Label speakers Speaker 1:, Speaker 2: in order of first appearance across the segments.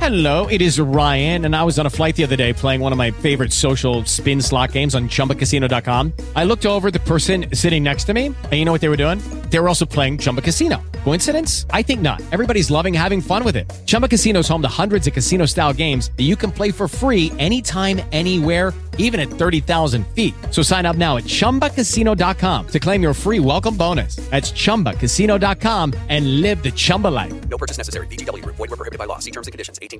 Speaker 1: Hello, it is Ryan, and I was on a flight the other day playing one of my favorite social spin slot games on ChumbaCasino.com. I looked over at the person sitting next to me, and you know what they were doing? They were also playing Chumba Casino. Coincidence? I think not. Everybody's loving having fun with it. Chumba Casino is home to hundreds of casino-style games that you can play for free anytime, anywhere, even at 30,000 feet. So sign up now at ChumbaCasino.com to claim your free welcome bonus. That's ChumbaCasino.com and live the Chumba life.
Speaker 2: No purchase necessary. VGW. Void were prohibited by law. See terms and conditions. 18+.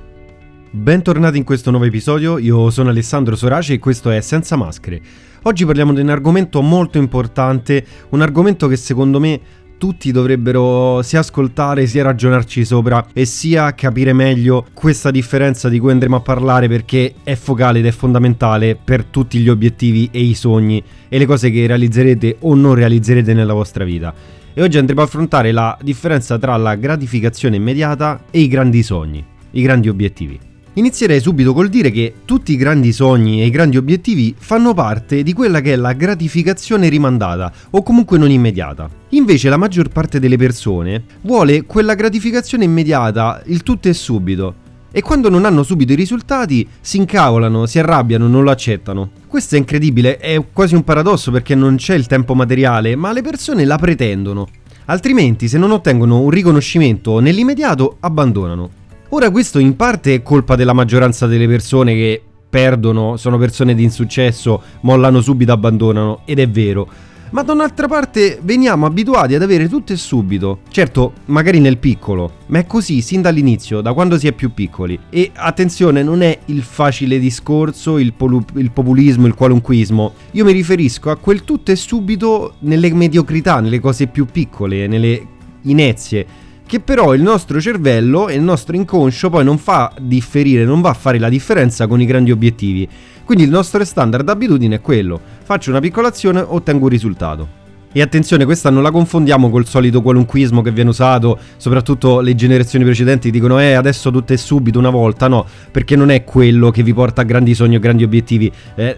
Speaker 3: Bentornati in questo nuovo episodio, io sono Alessandro Soraci e questo è Senza Maschere. Oggi parliamo di un argomento molto importante, un argomento che secondo me tutti dovrebbero sia ascoltare, sia ragionarci sopra e sia capire meglio questa differenza di cui andremo a parlare, perché è focale ed è fondamentale per tutti gli obiettivi e i sogni e le cose che realizzerete o non realizzerete nella vostra vita. E oggi andremo a affrontare la differenza tra la gratificazione immediata e i grandi sogni, i grandi obiettivi. Inizierei subito col dire che tutti i grandi sogni e i grandi obiettivi fanno parte di quella che è la gratificazione rimandata o comunque non immediata. Invece la maggior parte delle persone vuole quella gratificazione immediata, il tutto e subito. E quando non hanno subito i risultati si incavolano, si arrabbiano, non lo accettano. Questo è incredibile, è quasi un paradosso perché non c'è il tempo materiale, ma le persone la pretendono. Altrimenti, se non ottengono un riconoscimento nell'immediato, abbandonano. Ora questo in parte è colpa della maggioranza delle persone che perdono, sono persone di insuccesso, mollano subito, abbandonano, ed è vero. Ma da un'altra parte veniamo abituati ad avere tutto e subito. Certo, magari nel piccolo, ma è così sin dall'inizio, da quando si è più piccoli. E attenzione, non è il facile discorso, il populismo, il qualunquismo. Io mi riferisco a quel tutto e subito nelle mediocrità, nelle cose più piccole, nelle inezie, che però il nostro cervello e il nostro inconscio poi non fa differire, non va a fare la differenza con i grandi obiettivi. Quindi il nostro standard d'abitudine è quello: faccio una piccola azione, ottengo un risultato. E attenzione, questa non la confondiamo col solito qualunquismo che viene usato, soprattutto le generazioni precedenti dicono adesso tutto è subito una volta. No, perché non è quello che vi porta a grandi sogni o grandi obiettivi.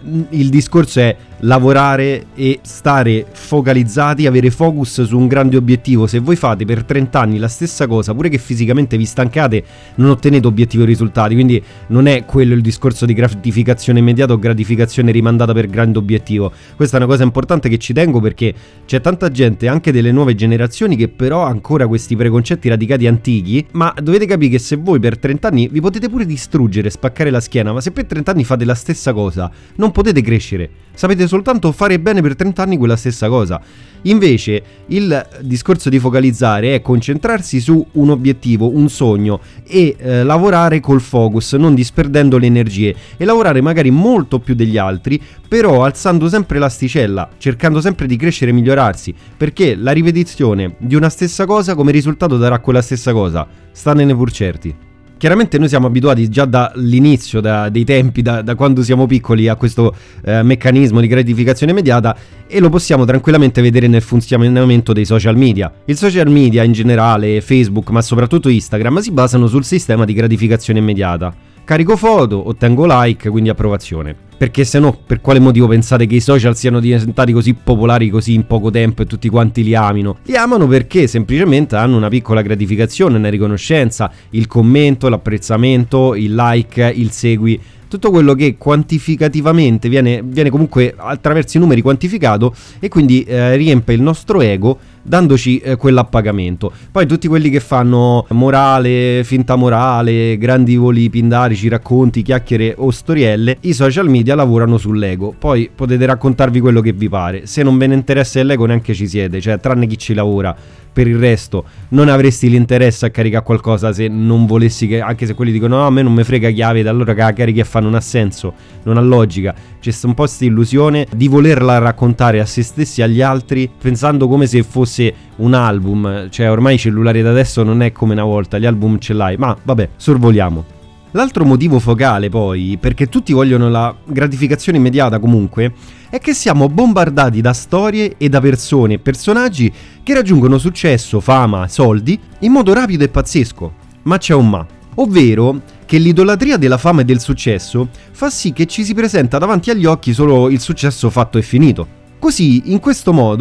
Speaker 3: Il discorso è lavorare e stare focalizzati, avere focus su un grande obiettivo. Se voi fate per 30 anni la stessa cosa, pure che fisicamente vi stancate, non ottenete obiettivi o risultati. Quindi non è quello il discorso di gratificazione immediata o gratificazione rimandata per grande obiettivo. Questa è una cosa importante che ci tengo, perché c'è tanta gente, anche delle nuove generazioni, che però ha ancora questi preconcetti radicati antichi. Ma dovete capire che se voi per 30 anni vi potete pure distruggere, spaccare la schiena, ma se per 30 anni fate la stessa cosa non potete crescere, sapete soltanto fare bene per 30 anni quella stessa cosa. Invece il discorso di focalizzare è concentrarsi su un obiettivo, un sogno, e lavorare col focus, non disperdendo le energie, e lavorare magari molto più degli altri, però alzando sempre l'asticella, cercando sempre di crescere e migliorarsi, perché la ripetizione di una stessa cosa come risultato darà quella stessa cosa, statene pur certi. Chiaramente noi siamo abituati già dall'inizio, dei tempi, da quando siamo piccoli, a questo meccanismo di gratificazione immediata, e lo possiamo tranquillamente vedere nel funzionamento dei social media. Il social media in generale, Facebook, ma soprattutto Instagram, si basano sul sistema di gratificazione immediata. Carico foto, ottengo like, quindi approvazione. Perché se no, per quale motivo pensate che i social siano diventati così popolari così in poco tempo e tutti quanti li amino? Li amano perché semplicemente hanno una piccola gratificazione, una riconoscenza, il commento, l'apprezzamento, il like, il segui, tutto quello che quantificativamente viene comunque attraverso i numeri quantificato, e quindi riempie il nostro ego dandoci quell'appagamento. Poi tutti quelli che fanno morale, finta morale, grandi voli pindarici, racconti, chiacchiere o storielle, i social media lavorano sull'ego. Poi potete raccontarvi quello che vi pare, se non ve ne interessa l'ego neanche ci siete, cioè tranne chi ci lavora. Per il resto non avresti l'interesse a caricare qualcosa se non volessi, che anche se quelli dicono no, a me non me frega chi avete, allora che la carichi e fa, non ha senso, non ha logica. C'è un po' questa illusione di volerla raccontare a se stessi e agli altri, pensando come se fosse un album. Cioè ormai i cellulari da adesso non è come una volta, gli album ce l'hai, ma vabbè, sorvoliamo. L'altro motivo focale poi, perché tutti vogliono la gratificazione immediata comunque, è che siamo bombardati da storie e da persone e personaggi che raggiungono successo, fama, soldi in modo rapido e pazzesco. Ma c'è un ma, ovvero che l'idolatria della fama e del successo fa sì che ci si presenta davanti agli occhi solo il successo fatto e finito. Così, in questo modo,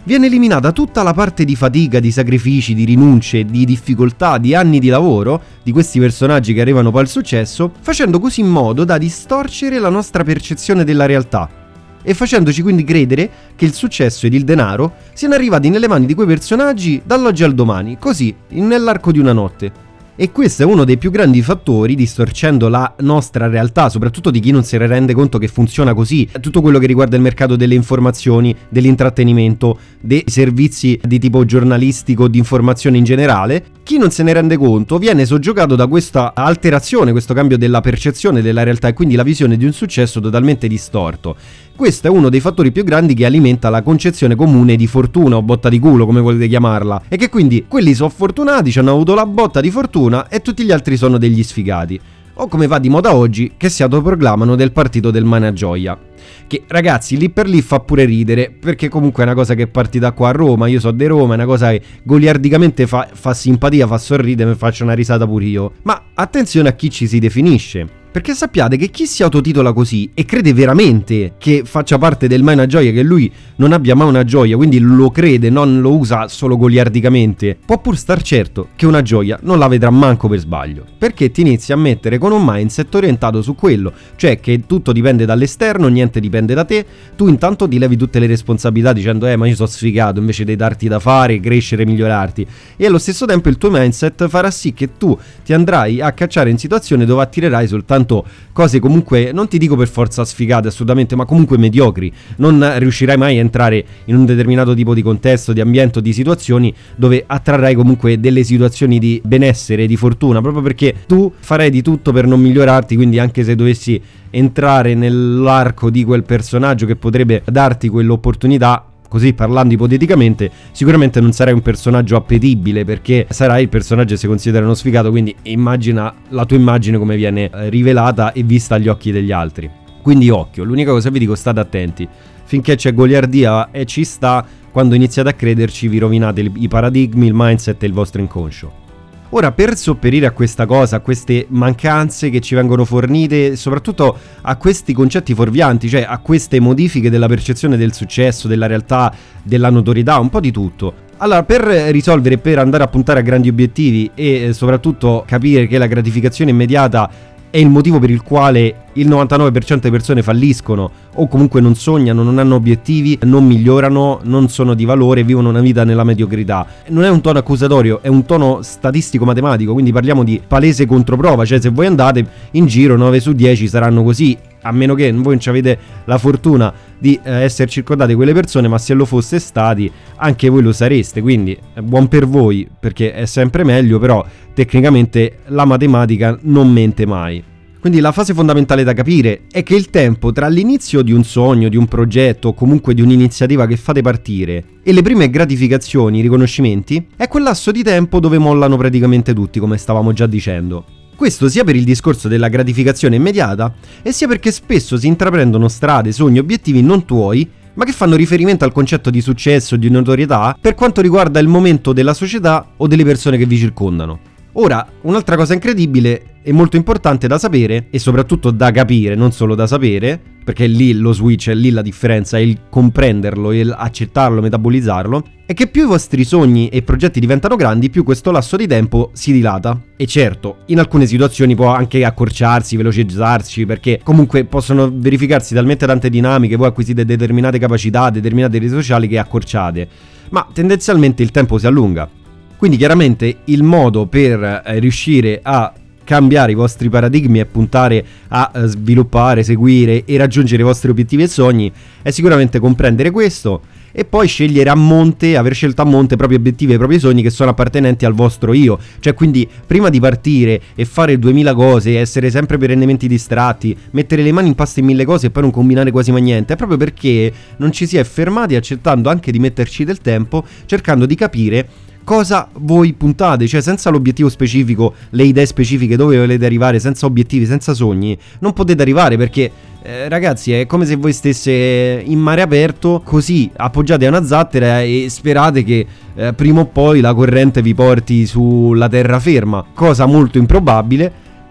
Speaker 3: viene eliminata tutta la parte di fatica, di sacrifici, di rinunce, di difficoltà, di anni di lavoro di questi personaggi che arrivano poi al successo, facendo così in modo da distorcere la nostra percezione della realtà e facendoci quindi credere che il successo ed il denaro siano arrivati nelle mani di quei personaggi dall'oggi al domani, così, nell'arco di una notte. E questo è uno dei più grandi fattori, distorcendo la nostra realtà, soprattutto di chi non se ne rende conto che funziona così. Tutto quello che riguarda il mercato delle informazioni, dell'intrattenimento, dei servizi di tipo giornalistico, di informazione in generale, chi non se ne rende conto viene soggiogato da questa alterazione, questo cambio della percezione della realtà e quindi la visione di un successo totalmente distorto. Questo è uno dei fattori più grandi che alimenta la concezione comune di fortuna o botta di culo, come volete chiamarla, e che quindi quelli sono fortunati, ci hanno avuto la botta di fortuna e tutti gli altri sono degli sfigati. O come va di moda oggi, che si autoproclamano del partito del Managioia. Che ragazzi lì per lì fa pure ridere, perché comunque è una cosa che è partita qua a Roma, io so di Roma, è una cosa che goliardicamente fa simpatia, fa sorridere, mi faccio una risata pure io. Ma attenzione a chi ci si definisce. Perché sappiate che chi si autotitola così e crede veramente che faccia parte del mai una gioia, che lui non abbia mai una gioia, quindi lo crede, non lo usa solo goliardicamente, può pur star certo che una gioia non la vedrà manco per sbaglio. Perché ti inizi a mettere con un mindset orientato su quello, cioè che tutto dipende dall'esterno, niente dipende da te, tu intanto ti levi tutte le responsabilità dicendo ma io sono sfigato, invece di darti da fare, crescere, migliorarti. E allo stesso tempo il tuo mindset farà sì che tu ti andrai a cacciare in situazioni dove attirerai soltanto cose comunque, non ti dico per forza sfigate assolutamente, ma comunque mediocri. Non riuscirai mai a entrare in un determinato tipo di contesto, di ambiente o di situazioni dove attrarrai comunque delle situazioni di benessere, di fortuna, proprio perché tu farai di tutto per non migliorarti. Quindi anche se dovessi entrare nell'arco di quel personaggio che potrebbe darti quell'opportunità, così parlando ipoteticamente, sicuramente non sarai un personaggio appetibile, perché sarai il personaggio che si considera uno sfigato, quindi immagina la tua immagine come viene rivelata e vista agli occhi degli altri. Quindi occhio, l'unica cosa vi dico, state attenti, finché c'è goliardia e ci sta, quando iniziate a crederci vi rovinate i paradigmi, il mindset e il vostro inconscio. Ora, per sopperire a questa cosa, a queste mancanze che ci vengono fornite, soprattutto a questi concetti fuorvianti, cioè a queste modifiche della percezione del successo, della realtà, della notorietà, un po' di tutto. Allora, per risolvere, per andare a puntare a grandi obiettivi e soprattutto capire che la gratificazione immediata è il motivo per il quale il 99% delle persone falliscono o comunque non sognano, non hanno obiettivi, non migliorano, non sono di valore, vivono una vita nella mediocrità. Non è un tono accusatorio, è un tono statistico-matematico, quindi parliamo di palese controprova, cioè se voi andate in giro 9 su 10 saranno così, a meno che voi non ci avete la fortuna di essere circondati di quelle persone, ma se lo foste stati anche voi lo sareste, quindi buon per voi, perché è sempre meglio, però tecnicamente la matematica non mente mai. Quindi la fase fondamentale da capire è che il tempo tra l'inizio di un sogno, di un progetto o comunque di un'iniziativa che fate partire e le prime gratificazioni, riconoscimenti, è quel lasso di tempo dove mollano praticamente tutti, come stavamo già dicendo. Questo sia per il discorso della gratificazione immediata e sia perché spesso si intraprendono strade, sogni, obiettivi non tuoi, ma che fanno riferimento al concetto di successo, di notorietà, per quanto riguarda il momento della società o delle persone che vi circondano. Ora, un'altra cosa incredibile e molto importante da sapere, e soprattutto da capire, non solo da sapere, perché lì lo switch, è lì la differenza, è il comprenderlo, il accettarlo, metabolizzarlo, è che più i vostri sogni e progetti diventano grandi, più questo lasso di tempo si dilata. E certo, in alcune situazioni può anche accorciarsi, velocizzarsi, perché comunque possono verificarsi talmente tante dinamiche, voi acquisite determinate capacità, determinate reti sociali che accorciate, ma tendenzialmente il tempo si allunga. Quindi chiaramente il modo per riuscire a cambiare i vostri paradigmi e puntare a sviluppare, seguire e raggiungere i vostri obiettivi e sogni è sicuramente comprendere questo e poi scegliere a monte, aver scelto a monte i propri obiettivi e i propri sogni che sono appartenenti al vostro io. Cioè, quindi prima di partire e fare 2000 cose, essere sempre perennemente distratti, mettere le mani in pasta in 1000 cose e poi non combinare quasi mai niente, è proprio perché non ci si è fermati, accettando anche di metterci del tempo, cercando di capire cosa voi puntate, cioè senza l'obiettivo specifico, le idee specifiche, dove volete arrivare, senza obiettivi, senza sogni, non potete arrivare, perché ragazzi è come se voi stesse in mare aperto, così appoggiate a una zattera e sperate che prima o poi la corrente vi porti sulla terraferma, cosa molto improbabile.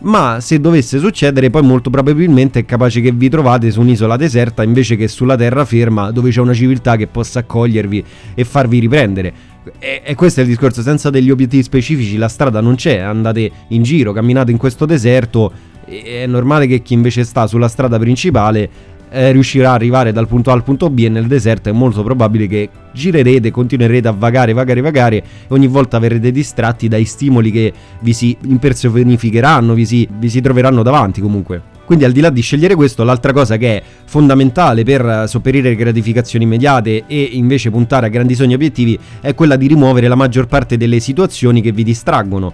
Speaker 3: ma se dovesse succedere poi molto probabilmente è capace che vi trovate su un'isola deserta invece che sulla terraferma dove c'è una civiltà che possa accogliervi e farvi riprendere. E questo è il discorso, senza degli obiettivi specifici la strada non c'è, andate in giro, camminate in questo deserto, è normale che chi invece sta sulla strada principale riuscirà ad arrivare dal punto A al punto B, e nel deserto è molto probabile che girerete, continuerete a vagare e ogni volta verrete distratti dai stimoli che vi si impersonificheranno, vi si troveranno davanti comunque. Quindi al di là di scegliere questo, l'altra cosa che è fondamentale per sopperire le gratificazioni immediate e invece puntare a grandi sogni e obiettivi è quella di rimuovere la maggior parte delle situazioni che vi distraggono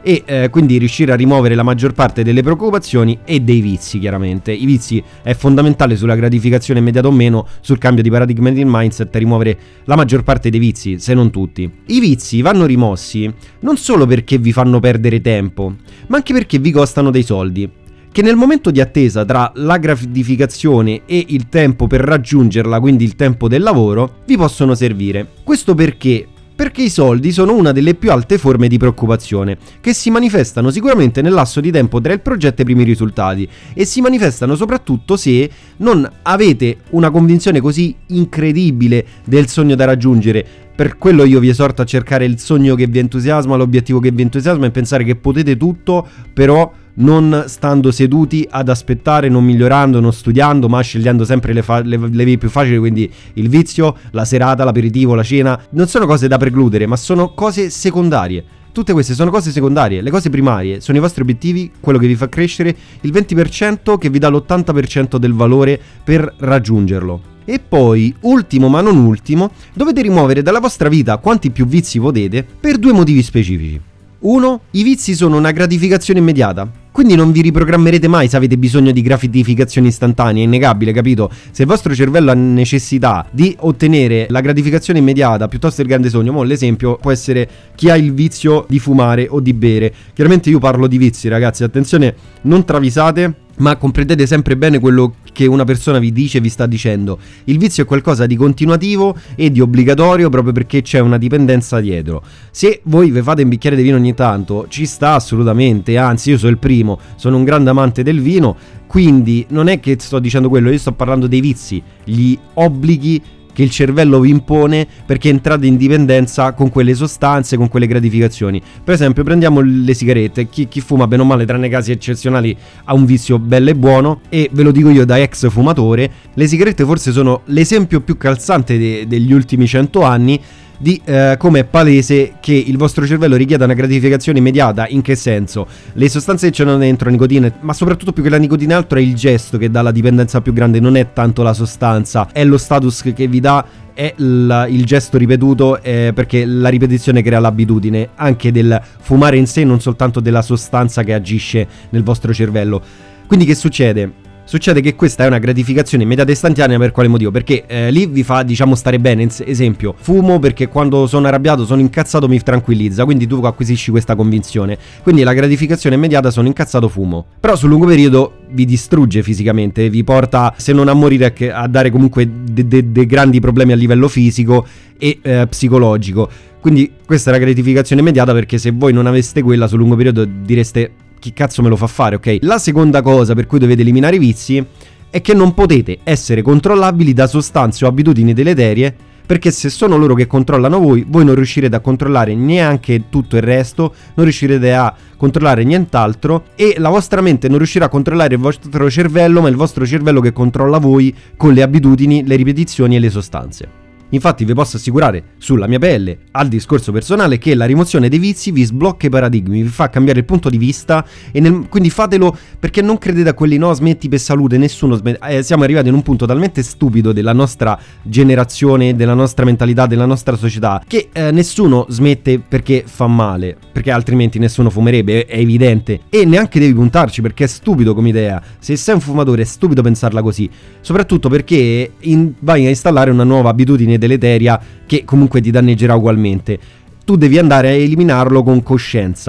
Speaker 3: e quindi riuscire a rimuovere la maggior parte delle preoccupazioni e dei vizi. Chiaramente i vizi è fondamentale sulla gratificazione immediata o meno, sul cambio di paradigma del mindset, rimuovere la maggior parte dei vizi, se non tutti. I vizi vanno rimossi non solo perché vi fanno perdere tempo, ma anche perché vi costano dei soldi, che nel momento di attesa tra la gratificazione e il tempo per raggiungerla, quindi il tempo del lavoro, vi possono servire. Questo perché i soldi sono una delle più alte forme di preoccupazione, che si manifestano sicuramente nel lasso di tempo tra il progetto e i primi risultati, e si manifestano soprattutto se non avete una convinzione così incredibile del sogno da raggiungere. Per quello io vi esorto a cercare il sogno che vi entusiasma, l'obiettivo che vi entusiasma, e pensare che potete tutto, però non stando seduti ad aspettare, non migliorando, non studiando, ma scegliendo sempre le vie più facili, quindi il vizio, la serata, l'aperitivo, la cena. Non sono cose da precludere, ma sono cose secondarie. Tutte queste sono cose secondarie. Le cose primarie sono i vostri obiettivi, quello che vi fa crescere, il 20% che vi dà l'80% del valore per raggiungerlo. E poi, ultimo ma non ultimo, dovete rimuovere dalla vostra vita quanti più vizi potete per due motivi specifici. 1. I vizi sono una gratificazione immediata, quindi non vi riprogrammerete mai se avete bisogno di gratificazione istantanea, è innegabile, capito? Se il vostro cervello ha necessità di ottenere la gratificazione immediata piuttosto il grande sogno, l'esempio può essere chi ha il vizio di fumare o di bere. Chiaramente io parlo di vizi, ragazzi, attenzione, non travisate, ma comprendete sempre bene quello che una persona vi dice, vi sta dicendo. Il vizio è qualcosa di continuativo e di obbligatorio proprio perché c'è una dipendenza dietro. Se voi vi fate un bicchiere di vino ogni tanto, ci sta assolutamente, anzi io sono il primo, sono un grande amante del vino, quindi non è che sto dicendo quello, io sto parlando dei vizi, gli obblighi che il cervello vi impone perché entrate in dipendenza con quelle sostanze, con quelle gratificazioni. Per esempio prendiamo le sigarette, chi fuma bene o male, tranne casi eccezionali, ha un vizio bello e buono, e ve lo dico io da ex fumatore, le sigarette forse sono l'esempio più calzante degli ultimi 100 anni di come è palese che il vostro cervello richieda una gratificazione immediata. In che senso? Le sostanze che c'hanno dentro, nicotina, ma soprattutto più che la nicotina e altro è il gesto che dà la dipendenza più grande, non è tanto la sostanza, è lo status che vi dà, è il gesto ripetuto, perché la ripetizione crea l'abitudine anche del fumare in sé, non soltanto della sostanza che agisce nel vostro cervello. Quindi che succede? Succede che questa è una gratificazione immediata e istantanea. Per quale motivo? Perché lì vi fa, diciamo, stare bene. Esempio, fumo perché quando sono arrabbiato, sono incazzato, mi tranquillizza, quindi tu acquisisci questa convinzione. Quindi la gratificazione immediata, sono incazzato, fumo. Però sul lungo periodo vi distrugge fisicamente, vi porta, se non a morire, a dare comunque dei grandi problemi a livello fisico e psicologico. Quindi questa è la gratificazione immediata, perché se voi non aveste quella sul lungo periodo direste: chi cazzo me lo fa fare, ok? La seconda cosa per cui dovete eliminare i vizi è che non potete essere controllabili da sostanze o abitudini deleterie, perché se sono loro che controllano voi non riuscirete a controllare neanche tutto il resto, non riuscirete a controllare nient'altro, e la vostra mente non riuscirà a controllare il vostro cervello, ma è il vostro cervello che controlla voi con le abitudini, le ripetizioni e le sostanze. Infatti vi posso assicurare sulla mia pelle, al discorso personale, che la rimozione dei vizi vi sblocca i paradigmi, vi fa cambiare il punto di vista, e quindi fatelo, perché non credete a quelli no, smetti per salute, nessuno smette. Siamo arrivati in un punto talmente stupido della nostra generazione, della nostra mentalità, della nostra società, che nessuno smette perché fa male, perché altrimenti nessuno fumerebbe, è evidente, e neanche devi puntarci perché è stupido come idea. Se sei un fumatore è stupido pensarla così, soprattutto perché vai a installare una nuova abitudine deleteria che comunque ti danneggerà ugualmente. Tu devi andare a eliminarlo con coscienza,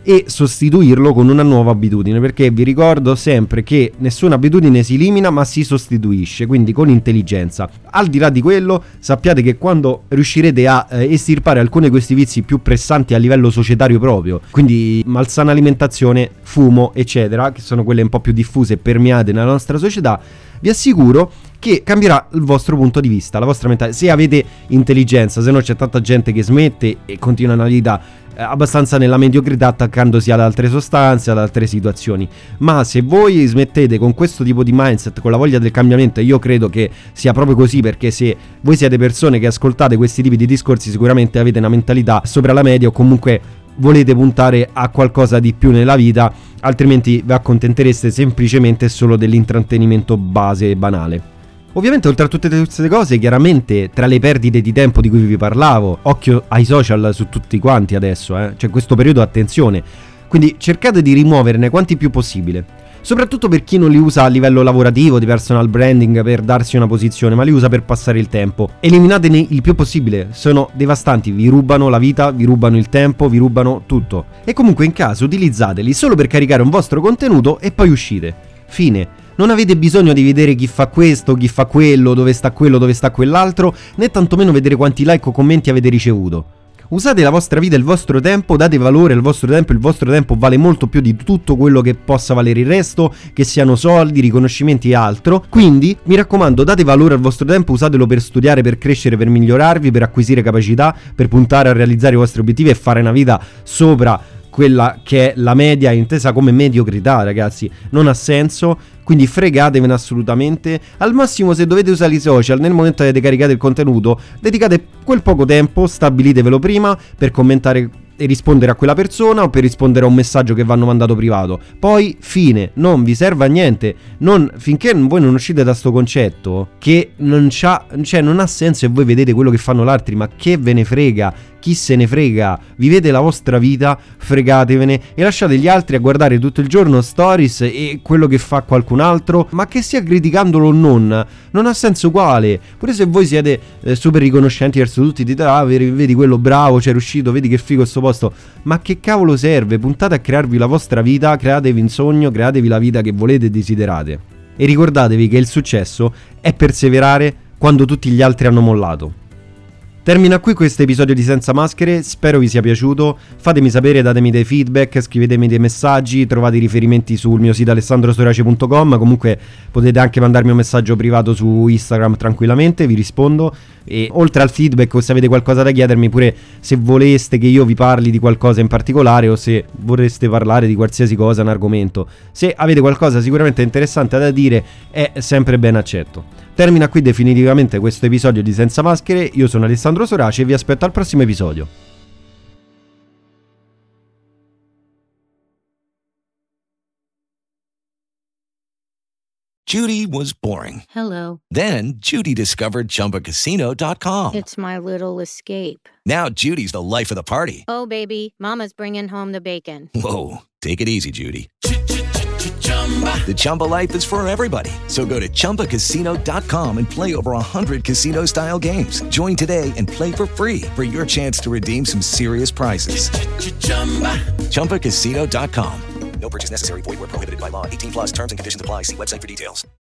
Speaker 3: e sostituirlo con una nuova abitudine, perché vi ricordo sempre che nessuna abitudine si elimina ma si sostituisce, quindi con intelligenza. Al di là di quello, sappiate che quando riuscirete a estirpare alcuni di questi vizi più pressanti a livello societario proprio, quindi malsana alimentazione, fumo eccetera, che sono quelle un po' più diffuse e permeate nella nostra società, vi assicuro che cambierà il vostro punto di vista, la vostra mentalità, se avete intelligenza. Se no c'è tanta gente che smette e continua una vita abbastanza nella mediocrità, attaccandosi ad altre sostanze, ad altre situazioni. Ma se voi smettete con questo tipo di mindset, con la voglia del cambiamento, io credo che sia proprio così, perché se voi siete persone che ascoltate questi tipi di discorsi, sicuramente avete una mentalità sopra la media o comunque volete puntare a qualcosa di più nella vita, altrimenti vi accontentereste semplicemente solo dell'intrattenimento base e banale. Ovviamente, oltre a tutte queste cose, chiaramente tra le perdite di tempo di cui vi parlavo, occhio ai social su tutti quanti adesso, cioè questo periodo attenzione, quindi cercate di rimuoverne quanti più possibile, soprattutto per chi non li usa a livello lavorativo, di personal branding, per darsi una posizione, ma li usa per passare il tempo. Eliminatene il più possibile, sono devastanti, vi rubano la vita, vi rubano il tempo, vi rubano tutto. E comunque in caso utilizzateli solo per caricare un vostro contenuto e poi uscite. Fine. Non avete bisogno di vedere chi fa questo, chi fa quello, dove sta quell'altro, né tantomeno vedere quanti like o commenti avete ricevuto. Usate la vostra vita e il vostro tempo, date valore al vostro tempo, il vostro tempo vale molto più di tutto quello che possa valere il resto, che siano soldi, riconoscimenti e altro. Quindi, mi raccomando, date valore al vostro tempo, usatelo per studiare, per crescere, per migliorarvi, per acquisire capacità, per puntare a realizzare i vostri obiettivi e fare una vita sopra quella che è la media, intesa come mediocrità, ragazzi. Non ha senso, quindi fregatevene assolutamente. Al massimo, se dovete usare i social nel momento che caricate il contenuto, dedicate quel poco tempo, stabilitevelo prima, per commentare e rispondere a quella persona o per rispondere a un messaggio che vi hanno mandato privato. Poi fine, non vi serve a niente. Finché voi non uscite da sto concetto che non ha senso e voi vedete quello che fanno gli altri, ma che ve ne frega, chi se ne frega, vivete la vostra vita, fregatevene e lasciate gli altri a guardare tutto il giorno stories e quello che fa qualcun altro, ma che sia criticandolo o non ha senso uguale. Pure se voi siete super riconoscenti verso tutti, dite vedi quello bravo, c'è riuscito, vedi che figo sto posto, ma che cavolo serve? Puntate a crearvi la vostra vita, createvi un sogno, createvi la vita che volete e desiderate. E ricordatevi che il successo è perseverare quando tutti gli altri hanno mollato. Termina qui questo episodio di Senza Maschere, spero vi sia piaciuto, fatemi sapere, datemi dei feedback, scrivetemi dei messaggi, trovate i riferimenti sul mio sito alessandrosorace.com, comunque potete anche mandarmi un messaggio privato su Instagram tranquillamente, vi rispondo, e oltre al feedback, o se avete qualcosa da chiedermi, pure se voleste che io vi parli di qualcosa in particolare o se vorreste parlare di qualsiasi cosa, un argomento, se avete qualcosa sicuramente interessante da dire è sempre ben accetto. Termina qui definitivamente questo episodio di Senza Maschere, io sono Alessandro Sorace e vi aspetto al prossimo episodio.
Speaker 4: Judy was boring.
Speaker 5: Hello.
Speaker 4: Then Judy discovered ChumbaCasino.com.
Speaker 5: It's my little escape.
Speaker 4: Now Judy's the life of the party.
Speaker 5: Oh, baby, mama's bringing home the bacon.
Speaker 4: Whoa, take it easy, Judy. The Chumba life is for everybody. So go to ChumbaCasino.com and play over 100 casino-style games. Join today and play for free for your chance to redeem some serious prizes. ChumbaCasino.com.
Speaker 2: No purchase necessary. Void where prohibited by law. 18+ terms and conditions apply. See website for details.